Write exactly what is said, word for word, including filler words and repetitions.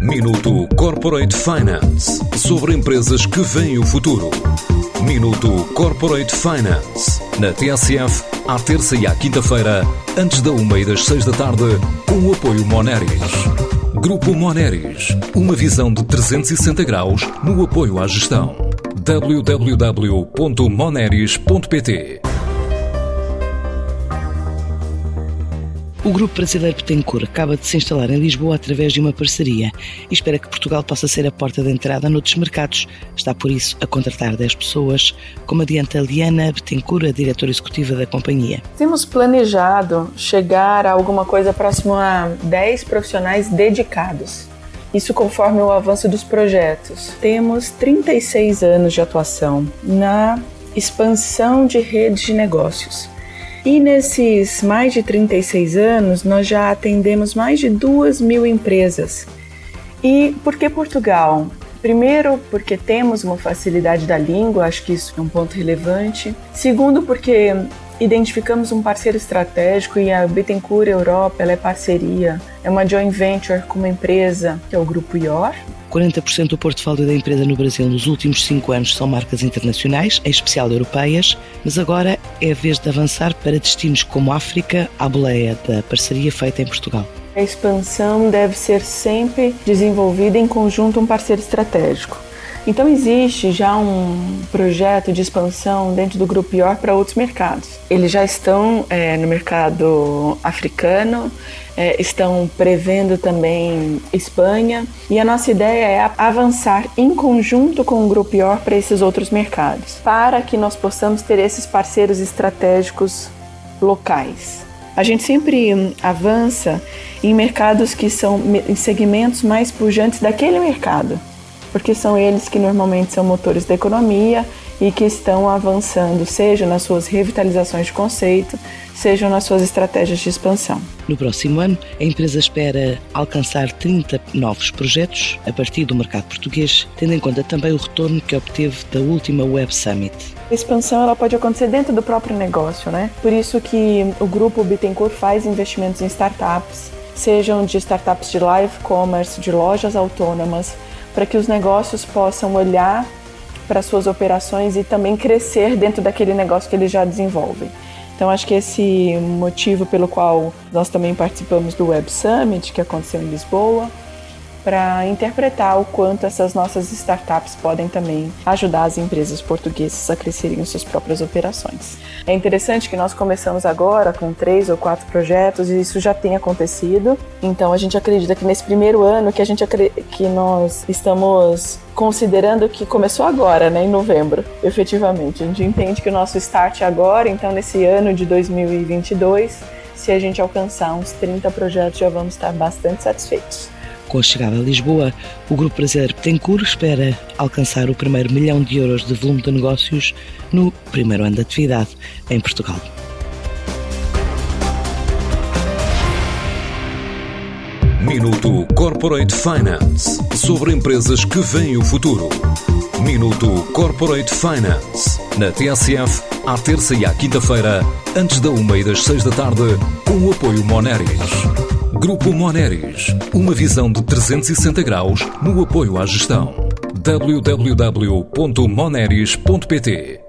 Minuto Corporate Finance, sobre empresas que veem o futuro. Minuto Corporate Finance, na T S F, à terça e à quinta-feira, antes da uma e das seis da tarde, com o apoio Moneris. Grupo Moneris, uma visão de trezentos e sessenta graus no apoio à gestão. w w w ponto moneris ponto p t. O Grupo Brasileiro Bettencourt acaba de se instalar em Lisboa através de uma parceria e espera que Portugal possa ser a porta de entrada noutros mercados. Está, por isso, a contratar dez pessoas, como adianta Liana Bettencourt, a diretora executiva da companhia. Temos planejado chegar a alguma coisa próximo a dez profissionais dedicados. Isso conforme o avanço dos projetos. Temos trinta e seis anos de atuação na expansão de redes de negócios. E nesses mais de trinta e seis anos, nós já atendemos mais de duas mil empresas. E por que Portugal? Primeiro, porque temos uma facilidade da língua, acho que isso é um ponto relevante. Segundo, porque identificamos um parceiro estratégico e a Bettencourt Europa ela é parceria, é uma joint venture com uma empresa que é o Grupo I O R. quarenta por cento do portfólio da empresa no Brasil nos últimos cinco anos são marcas internacionais, em especial europeias, mas agora é a vez de avançar para destinos como a África, à boleia da parceria feita em Portugal. A expansão deve ser sempre desenvolvida em conjunto com um parceiro estratégico. Então existe já um projeto de expansão dentro do Grupo I O R para outros mercados. Eles já estão é, no mercado africano, é, estão prevendo também Espanha, e a nossa ideia é avançar em conjunto com o Grupo I O R para esses outros mercados, para que nós possamos ter esses parceiros estratégicos locais. A gente sempre avança em mercados que são em segmentos mais pujantes daquele mercado, porque são eles que normalmente são motores da economia e que estão avançando, seja nas suas revitalizações de conceito, seja nas suas estratégias de expansão. No próximo ano, a empresa espera alcançar trinta novos projetos a partir do mercado português, tendo em conta também o retorno que obteve da última Web Summit. A expansão ela pode acontecer dentro do próprio negócio, né? Por isso que o Grupo Bettencourt faz investimentos em startups, sejam de startups de live commerce, de lojas autônomas, para que os negócios possam olhar para suas operações e também crescer dentro daquele negócio que eles já desenvolvem. Então, acho que esse motivo pelo qual nós também participamos do Web Summit, que aconteceu em Lisboa, para interpretar o quanto essas nossas startups podem também ajudar as empresas portuguesas a crescerem as suas próprias operações. É interessante que nós começamos agora com três ou quatro projetos e isso já tem acontecido. Então a gente acredita que nesse primeiro ano que a gente que nós estamos considerando que começou agora, né, em novembro, efetivamente. A gente entende que o nosso start é agora, então nesse ano de dois mil e vinte e dois, se a gente alcançar uns trinta projetos, já vamos estar bastante satisfeitos. Com a chegada a Lisboa, o Grupo Brasileiro Bettencourt espera alcançar o primeiro milhão de euros de volume de negócios no primeiro ano de atividade em Portugal. Minuto Corporate Finance, sobre empresas que veem o futuro. Minuto Corporate Finance, na T S F, à terça e à quinta-feira, antes da uma e das seis da tarde, com o apoio Moneris. Grupo Moneris, uma visão de trezentos e sessenta graus no apoio à gestão. w w w ponto moneris ponto p t.